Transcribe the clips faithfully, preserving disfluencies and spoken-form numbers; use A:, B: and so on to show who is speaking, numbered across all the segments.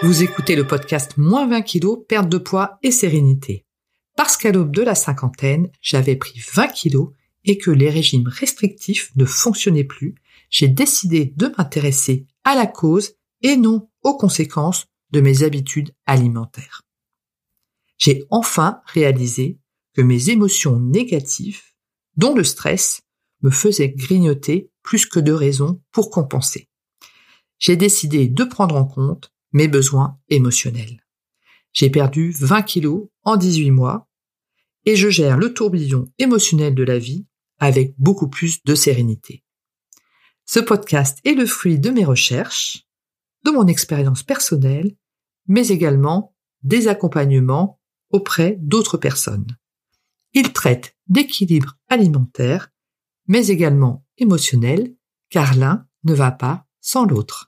A: Vous écoutez le podcast Moins vingt kilos, perte de poids et sérénité. Parce qu'à l'aube de la cinquantaine, j'avais pris vingt kilos et que les régimes restrictifs ne fonctionnaient plus, j'ai décidé de m'intéresser à la cause et non aux conséquences de mes habitudes alimentaires. J'ai enfin réalisé que mes émotions négatives, dont le stress, me faisaient grignoter plus que de raisons pour compenser. J'ai décidé de prendre en compte mes besoins émotionnels. J'ai perdu vingt kilos en dix-huit mois et je gère le tourbillon émotionnel de la vie avec beaucoup plus de sérénité. Ce podcast est le fruit de mes recherches, de mon expérience personnelle, mais également des accompagnements auprès d'autres personnes. Il traite d'équilibre alimentaire, mais également émotionnel, car l'un ne va pas sans l'autre.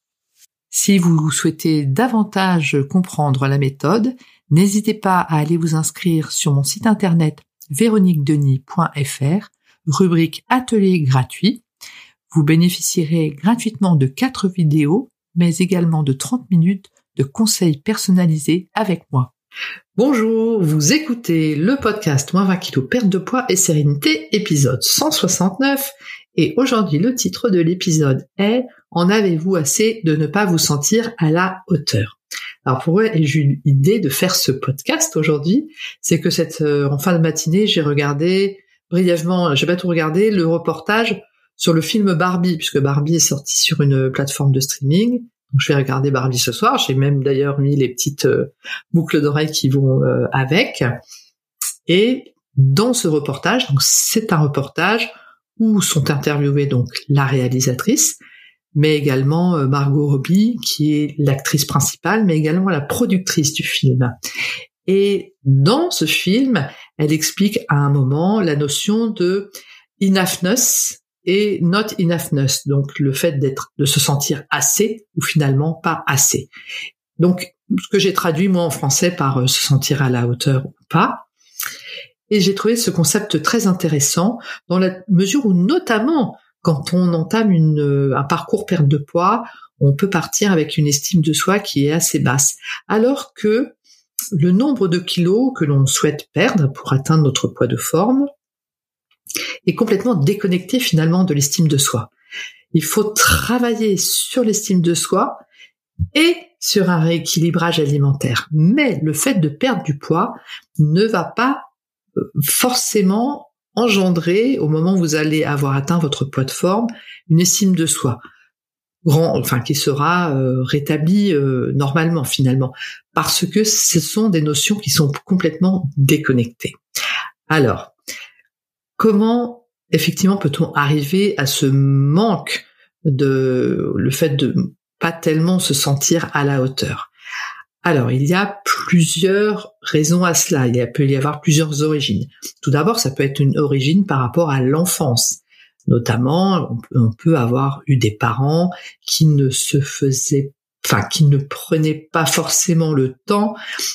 A: Si vous souhaitez davantage comprendre la méthode, n'hésitez pas à aller vous inscrire sur mon site internet véronique denis point f r, rubrique atelier gratuit. Vous bénéficierez gratuitement de quatre vidéos, mais également de trente minutes de conseils personnalisés avec moi. Bonjour, vous écoutez le podcast Moins vingt kilos, perte de poids et sérénité, épisode cent soixante-neuf. Et aujourd'hui, le titre de l'épisode est « En avez-vous assez de ne pas vous sentir à la hauteur ?» Alors pourquoi j'ai eu l'idée de faire ce podcast aujourd'hui? C'est que cette, euh, en fin de matinée, j'ai regardé brièvement, j'ai pas tout regardé, le reportage sur le film Barbie, puisque Barbie est sorti sur une plateforme de streaming. Donc je vais regarder Barbie ce soir. J'ai même d'ailleurs mis les petites euh, boucles d'oreilles qui vont euh, avec. Et dans ce reportage, donc c'est un reportage où sont interviewées donc la réalisatrice, mais également euh, Margot Robbie, qui est l'actrice principale, mais également la productrice du film. Et dans ce film, elle explique à un moment la notion de enoughness et not enoughness, donc le fait d'être, de se sentir assez ou finalement pas assez. Donc, ce que j'ai traduit moi en français par euh, se sentir à la hauteur ou pas. Et j'ai trouvé ce concept très intéressant dans la mesure où, notamment, quand on entame une, un parcours perte de poids, on peut partir avec une estime de soi qui est assez basse. Alors que le nombre de kilos que l'on souhaite perdre pour atteindre notre poids de forme est complètement déconnecté finalement de l'estime de soi. Il faut travailler sur l'estime de soi et sur un rééquilibrage alimentaire. Mais le fait de perdre du poids ne va pas forcément engendrer, au moment où vous allez avoir atteint votre poids de forme, une estime de soi grand, enfin qui sera euh, rétablie euh, normalement finalement, parce que ce sont des notions qui sont complètement déconnectées. Alors, comment effectivement peut-on arriver à ce manque de le fait de pas tellement se sentir à la hauteur? Alors, il y a plusieurs raisons à cela. Il peut y avoir plusieurs origines. Tout d'abord, ça peut être une origine par rapport à l'enfance. Notamment, on peut avoir eu des parents qui ne se faisaient, enfin, qui ne prenaient pas forcément le temps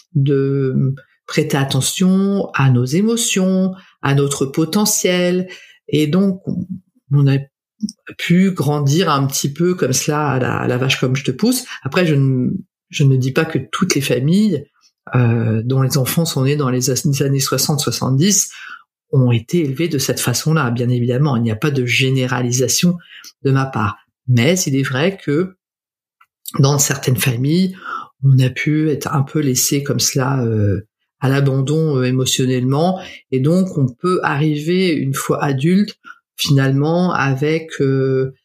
A: de prêter attention à nos émotions, à notre potentiel. Et donc, on a pu grandir un petit peu comme cela à la, à la vache comme je te pousse. Après, je ne Je ne dis pas que toutes les familles euh, dont les enfants sont nés dans les années soixante soixante-dix ont été élevés de cette façon-là. Bien évidemment, il n'y a pas de généralisation de ma part. Mais il est vrai que dans certaines familles, on a pu être un peu laissé comme cela euh, à l'abandon euh, émotionnellement. Et donc, on peut arriver une fois adulte, finalement, avec euh,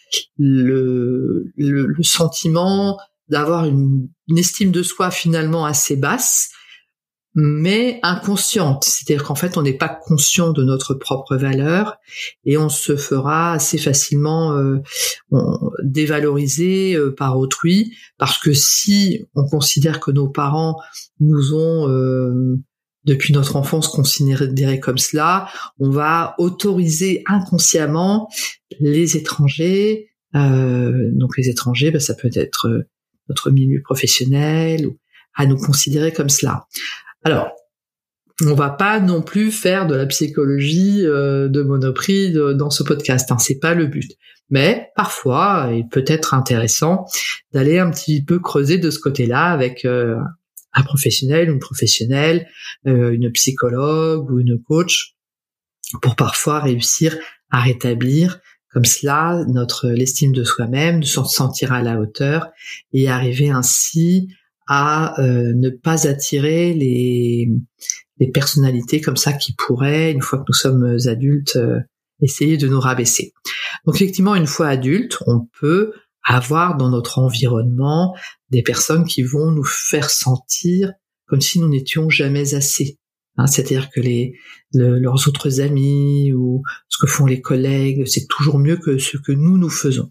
A: le, le, le sentiment d'avoir une, une estime de soi finalement assez basse, mais inconsciente. C'est-à-dire qu'en fait, on n'est pas conscient de notre propre valeur et on se fera assez facilement euh, on, dévaloriser euh, par autrui, parce que si on considère que nos parents nous ont, euh, depuis notre enfance, considérés comme cela, on va autoriser inconsciemment les étrangers. Euh, donc les étrangers, ben, ça peut être euh, notre milieu professionnel, ou à nous considérer comme cela. Alors, on va pas non plus faire de la psychologie euh, de Monoprix de, dans ce podcast, hein, c'est pas le but. Mais parfois, il peut être intéressant d'aller un petit peu creuser de ce côté-là avec euh, un professionnel, une professionnelle, euh, une psychologue ou une coach, pour parfois réussir à rétablir comme cela notre l'estime de soi-même, de se sentir à la hauteur et arriver ainsi à euh, ne pas attirer les, les personnalités comme ça qui pourraient, une fois que nous sommes adultes, euh, essayer de nous rabaisser. Donc effectivement, une fois adulte, on peut avoir dans notre environnement des personnes qui vont nous faire sentir comme si nous n'étions jamais assez. Hein, c'est-à-dire que les, le, leurs autres amis ou ce que font les collègues, c'est toujours mieux que ce que nous, nous faisons.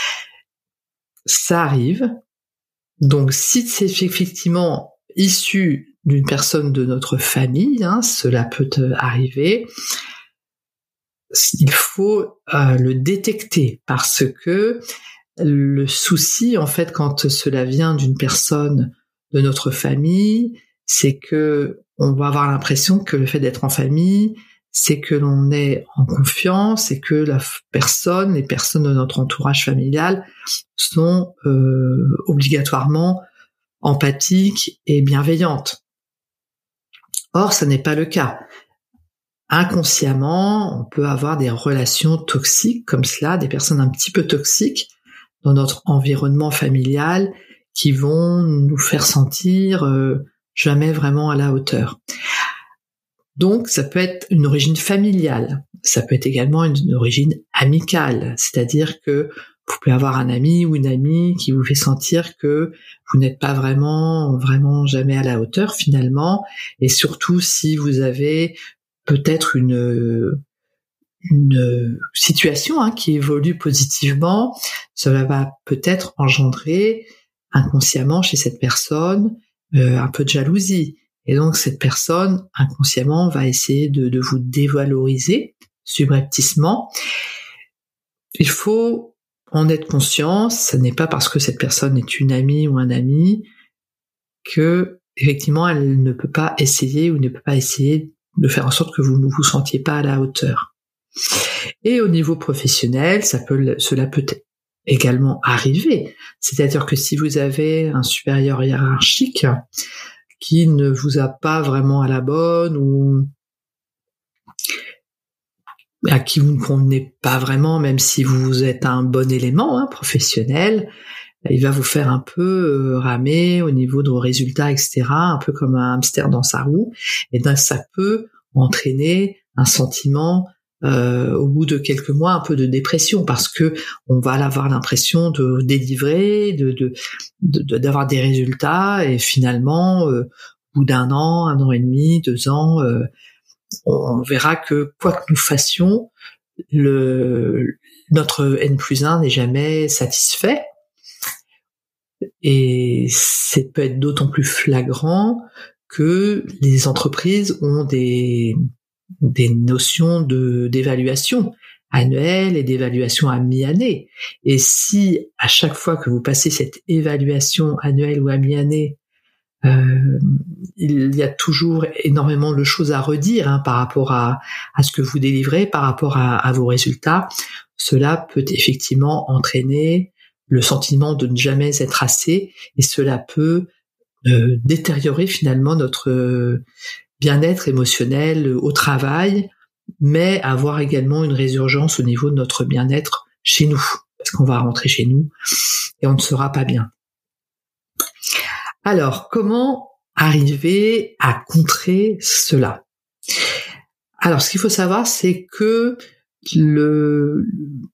A: Ça arrive. Donc, si c'est effectivement issu d'une personne de notre famille, hein, cela peut arriver, il faut euh, le détecter parce que le souci, en fait, quand cela vient d'une personne de notre famille, c'est que on va avoir l'impression que le fait d'être en famille, c'est que l'on est en confiance et que la personne, les personnes de notre entourage familial sont euh, obligatoirement empathiques et bienveillantes. Or, ce n'est pas le cas. Inconsciemment, on peut avoir des relations toxiques comme cela, des personnes un petit peu toxiques dans notre environnement familial qui vont nous faire sentir euh, jamais vraiment à la hauteur. Donc, ça peut être une origine familiale, ça peut être également une, une origine amicale, c'est-à-dire que vous pouvez avoir un ami ou une amie qui vous fait sentir que vous n'êtes pas vraiment, vraiment jamais à la hauteur finalement, et surtout si vous avez peut-être une, une situation hein, qui évolue positivement, cela va peut-être engendrer inconsciemment chez cette personne euh, un peu de jalousie. Et donc cette personne, inconsciemment, va essayer de, de vous dévaloriser subrepticement. Il faut en être conscient, ce n'est pas parce que cette personne est une amie ou un ami que, effectivement, elle ne peut pas essayer ou ne peut pas essayer de faire en sorte que vous ne vous sentiez pas à la hauteur. Et au niveau professionnel, ça peut, cela peut également arriver. C'est-à-dire que si vous avez un supérieur hiérarchique qui ne vous a pas vraiment à la bonne ou à qui vous ne convenez pas vraiment, même si vous êtes un bon élément hein, professionnel, il va vous faire un peu euh, ramer au niveau de vos résultats, et cetera, un peu comme un hamster dans sa roue. Et donc ça peut entraîner un sentiment euh, au bout de quelques mois un peu de dépression parce que on va avoir l'impression de délivrer, de, de, de d'avoir des résultats et finalement euh, au bout d'un an, un an et demi, deux ans, euh, on, on verra que quoi que nous fassions, le notre N plus un n'est jamais satisfait. Et c'est peut être d'autant plus flagrant que les entreprises ont des, des notions de, d'évaluation annuelle et d'évaluation à mi-année. Et si à chaque fois que vous passez cette évaluation annuelle ou à mi-année, euh, il y a toujours énormément de choses à redire hein, par rapport à, à ce que vous délivrez, par rapport à, à vos résultats, cela peut effectivement entraîner le sentiment de ne jamais être assez, et cela peut euh, détériorer finalement notre euh, bien-être émotionnel au travail, mais avoir également une résurgence au niveau de notre bien-être chez nous, parce qu'on va rentrer chez nous et on ne sera pas bien. Alors, comment arriver à contrer cela ? Alors, ce qu'il faut savoir, c'est que le,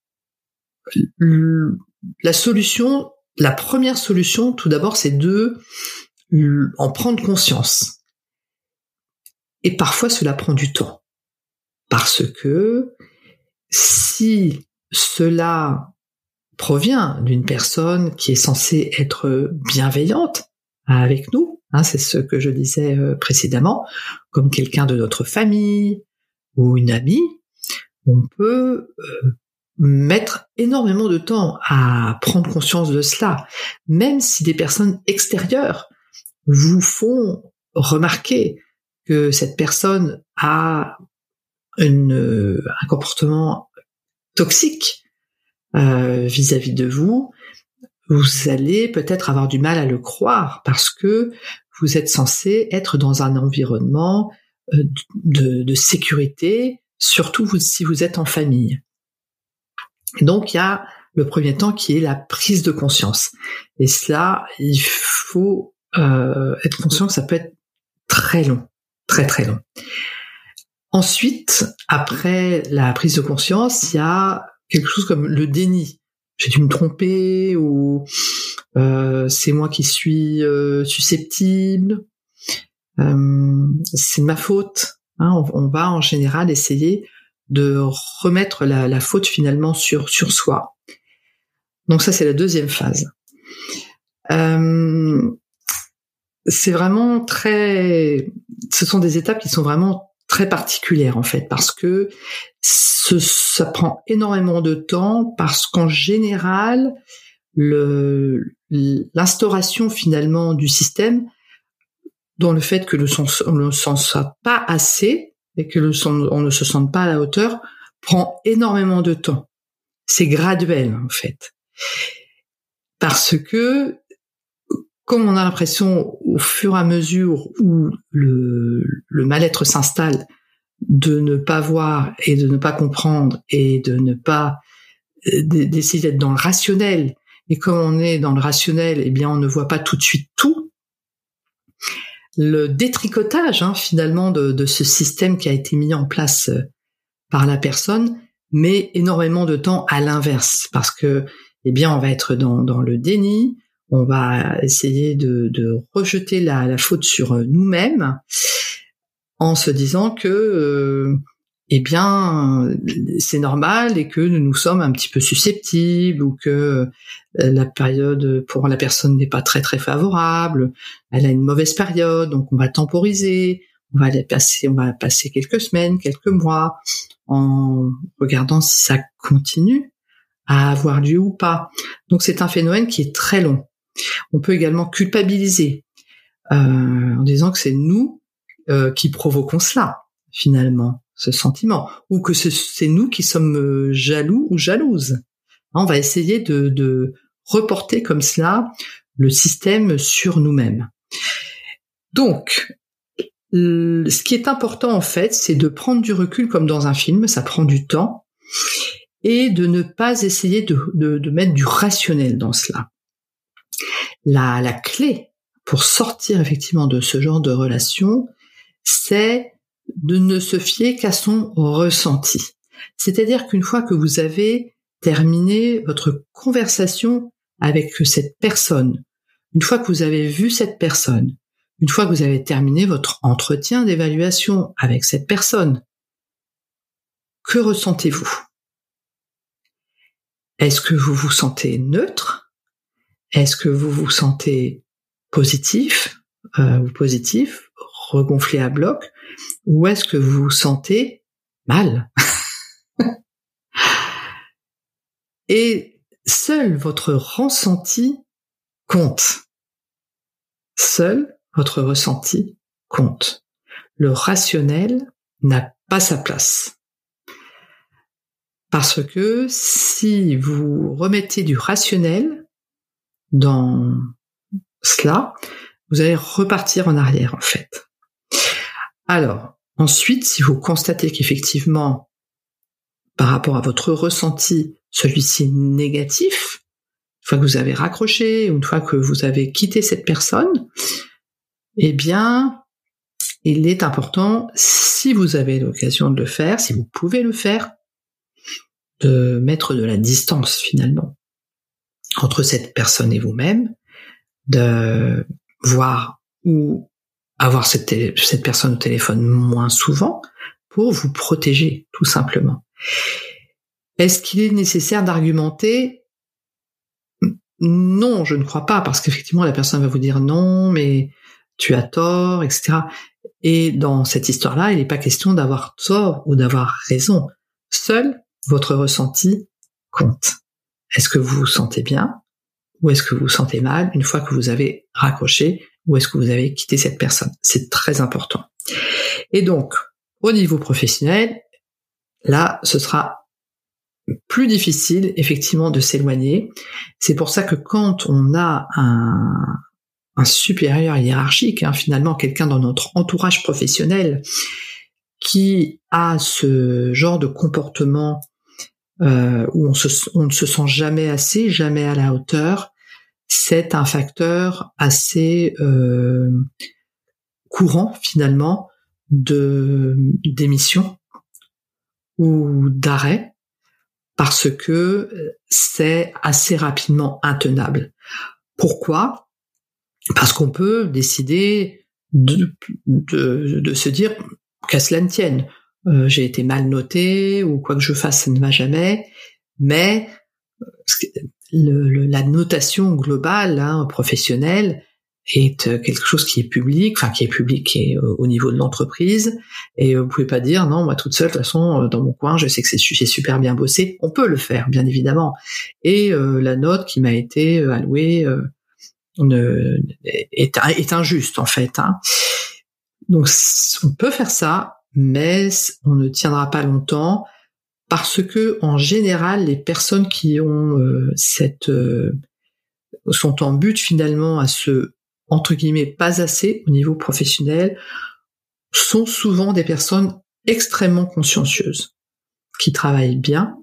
A: le La solution, la première solution, tout d'abord, c'est de en prendre conscience. Et parfois, cela prend du temps. Parce que si cela provient d'une personne qui est censée être bienveillante avec nous, hein, c'est ce que je disais précédemment, comme quelqu'un de notre famille ou une amie, on peut euh, mettre énormément de temps à prendre conscience de cela, même si des personnes extérieures vous font remarquer que cette personne a une, un comportement toxique euh, vis-à-vis de vous, vous allez peut-être avoir du mal à le croire parce que vous êtes censé être dans un environnement de, de sécurité, surtout vous, si vous êtes en famille. Et donc il y a le premier temps qui est la prise de conscience. Et cela, il faut euh, être conscient que ça peut être très long, très très long. Ensuite, après la prise de conscience, il y a quelque chose comme le déni. J'ai dû me tromper ou euh, c'est moi qui suis euh, susceptible, euh, c'est de ma faute. Hein, on, on va en général essayer de remettre la, la faute finalement sur sur soi. Donc ça c'est la deuxième phase. Euh, c'est vraiment très, ce sont des étapes qui sont vraiment très particulière en fait, parce que ce, ça prend énormément de temps, parce qu'en général, le, l'instauration finalement du système, dans le fait que le son, on ne s'en soit pas assez et que le son, on ne se sente pas à la hauteur, prend énormément de temps. C'est graduel en fait, parce que comme on a l'impression, au fur et à mesure où le, le mal-être s'installe, de ne pas voir et de ne pas comprendre et de ne pas d'essayer d'être dans le rationnel. Et comme on est dans le rationnel, eh bien, on ne voit pas tout de suite tout. Le détricotage, hein, finalement, de, de ce système qui a été mis en place par la personne met énormément de temps à l'inverse, parce que, eh bien, on va être dans, dans le déni. On va essayer de, de rejeter la, la faute sur nous-mêmes en se disant que, euh, eh bien, c'est normal et que nous sommes un petit peu susceptibles ou que la période pour la personne n'est pas très très favorable. Elle a une mauvaise période, donc on va temporiser. On va aller passer, on va passer quelques semaines, quelques mois en regardant si ça continue à avoir lieu ou pas. Donc c'est un phénomène qui est très long. On peut également culpabiliser euh, en disant que c'est nous euh, qui provoquons cela, finalement, ce sentiment, ou que ce, c'est nous qui sommes jaloux ou jalouses. On va essayer de, de reporter comme cela le système sur nous-mêmes. Donc, ce qui est important en fait, c'est de prendre du recul comme dans un film, ça prend du temps, et de ne pas essayer de, de, de mettre du rationnel dans cela. La, la clé pour sortir effectivement de ce genre de relation, c'est de ne se fier qu'à son ressenti. C'est-à-dire qu'une fois que vous avez terminé votre conversation avec cette personne, une fois que vous avez vu cette personne, une fois que vous avez terminé votre entretien d'évaluation avec cette personne, que ressentez-vous ? Est-ce que vous vous sentez neutre ? Est-ce que vous vous sentez positif euh, ou positif, regonflé à bloc, ou est-ce que vous vous sentez mal ? Et seul votre ressenti compte. Seul votre ressenti compte. Le rationnel n'a pas sa place. Parce que si vous remettez du rationnel dans cela, vous allez repartir en arrière en fait. Alors, ensuite, si vous constatez qu'effectivement, par rapport à votre ressenti, celui-ci est négatif, une fois que vous avez raccroché, une fois que vous avez quitté cette personne, eh bien, il est important, si vous avez l'occasion de le faire, si vous pouvez le faire, de mettre de la distance finalement entre cette personne et vous-même, de voir ou avoir cette, télé, cette personne au téléphone moins souvent pour vous protéger, tout simplement. Est-ce qu'il est nécessaire d'argumenter ? Non, je ne crois pas, parce qu'effectivement, la personne va vous dire non, mais tu as tort, et cetera. Et dans cette histoire-là, il n'est pas question d'avoir tort ou d'avoir raison. Seul votre ressenti compte. Est-ce que vous vous sentez bien ou est-ce que vous vous sentez mal une fois que vous avez raccroché ou est-ce que vous avez quitté cette personne ? C'est très important. Et donc, au niveau professionnel, là, ce sera plus difficile, effectivement, de s'éloigner. C'est pour ça que quand on a un, un supérieur hiérarchique, hein, finalement, quelqu'un dans notre entourage professionnel qui a ce genre de comportement euh, où on, se, on ne se sent jamais assez, jamais à la hauteur, c'est un facteur assez euh, courant, finalement, de démission ou d'arrêt, parce que c'est assez rapidement intenable. Pourquoi ? Parce qu'on peut décider de, de, de se dire qu'à cela ne tienne, euh, j'ai été mal noté ou quoi que je fasse, ça ne va jamais, mais le, le, la notation globale, hein, professionnelle, est quelque chose qui est public, enfin qui est public, qui est au niveau de l'entreprise, et vous pouvez pas dire non, moi toute seule, de toute façon, dans mon coin, je sais que c'est, j'ai super bien bossé. On peut le faire, bien évidemment. Et euh, la note qui m'a été allouée euh, ne, est, est injuste en fait. Hein. Donc on peut faire ça, mais on ne tiendra pas longtemps parce que en général, les personnes qui ont euh, cette euh, sont en but finalement à se entre guillemets pas assez au niveau professionnel, sont souvent des personnes extrêmement consciencieuses, qui travaillent bien,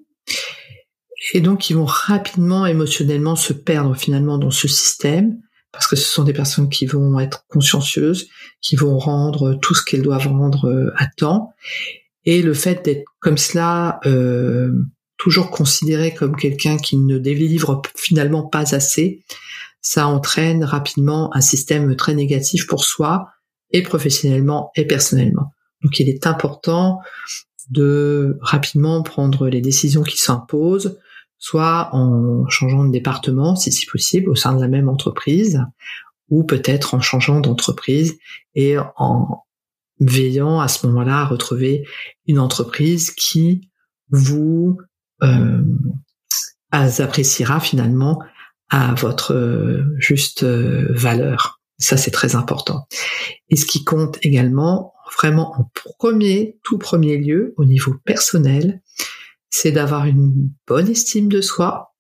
A: et donc qui vont rapidement émotionnellement se perdre finalement dans ce système, parce que ce sont des personnes qui vont être consciencieuses, qui vont rendre tout ce qu'elles doivent rendre à temps, et le fait d'être comme cela, euh, toujours considéré comme quelqu'un qui ne délivre finalement pas assez, ça entraîne rapidement un système très négatif pour soi, et professionnellement et personnellement. Donc il est important de rapidement prendre les décisions qui s'imposent, soit en changeant de département, si c'est possible, au sein de la même entreprise, ou peut-être en changeant d'entreprise et en veillant à ce moment-là à retrouver une entreprise qui vous euh, appréciera finalement à votre euh, juste euh, valeur. Ça, c'est très important. Et ce qui compte également, vraiment en premier, tout premier lieu, au niveau personnel, c'est d'avoir une bonne estime de soi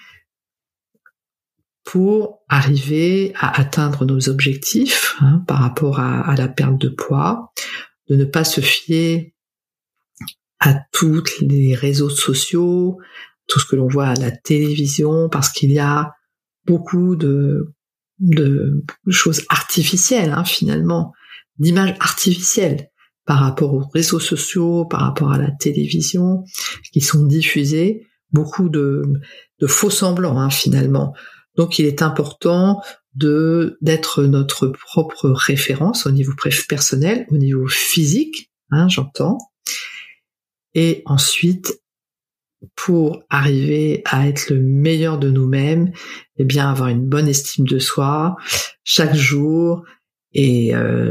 A: pour arriver à atteindre nos objectifs, hein, par rapport à, à la perte de poids, de ne pas se fier à tous les réseaux sociaux, tout ce que l'on voit à la télévision, parce qu'il y a beaucoup de, de choses artificielles, hein, finalement, d'images artificielles par rapport aux réseaux sociaux, par rapport à la télévision, qui sont diffusées, beaucoup de, de faux semblants, hein, finalement. Donc il est important de d'être notre propre référence au niveau personnel, au niveau physique, hein, j'entends, et ensuite, pour arriver à être le meilleur de nous-mêmes, eh bien avoir une bonne estime de soi chaque jour et euh,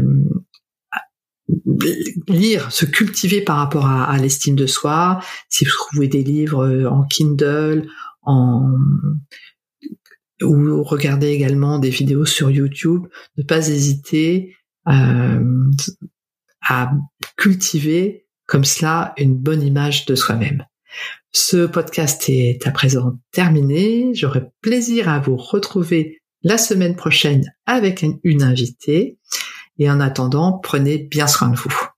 A: lire, se cultiver par rapport à, à l'estime de soi. Si vous trouvez des livres en Kindle, en ou regardez également des vidéos sur YouTube, ne pas hésiter euh, à cultiver comme cela une bonne image de soi-même. Ce podcast est à présent terminé. J'aurai plaisir à vous retrouver la semaine prochaine avec une invitée. Et en attendant, prenez bien soin de vous.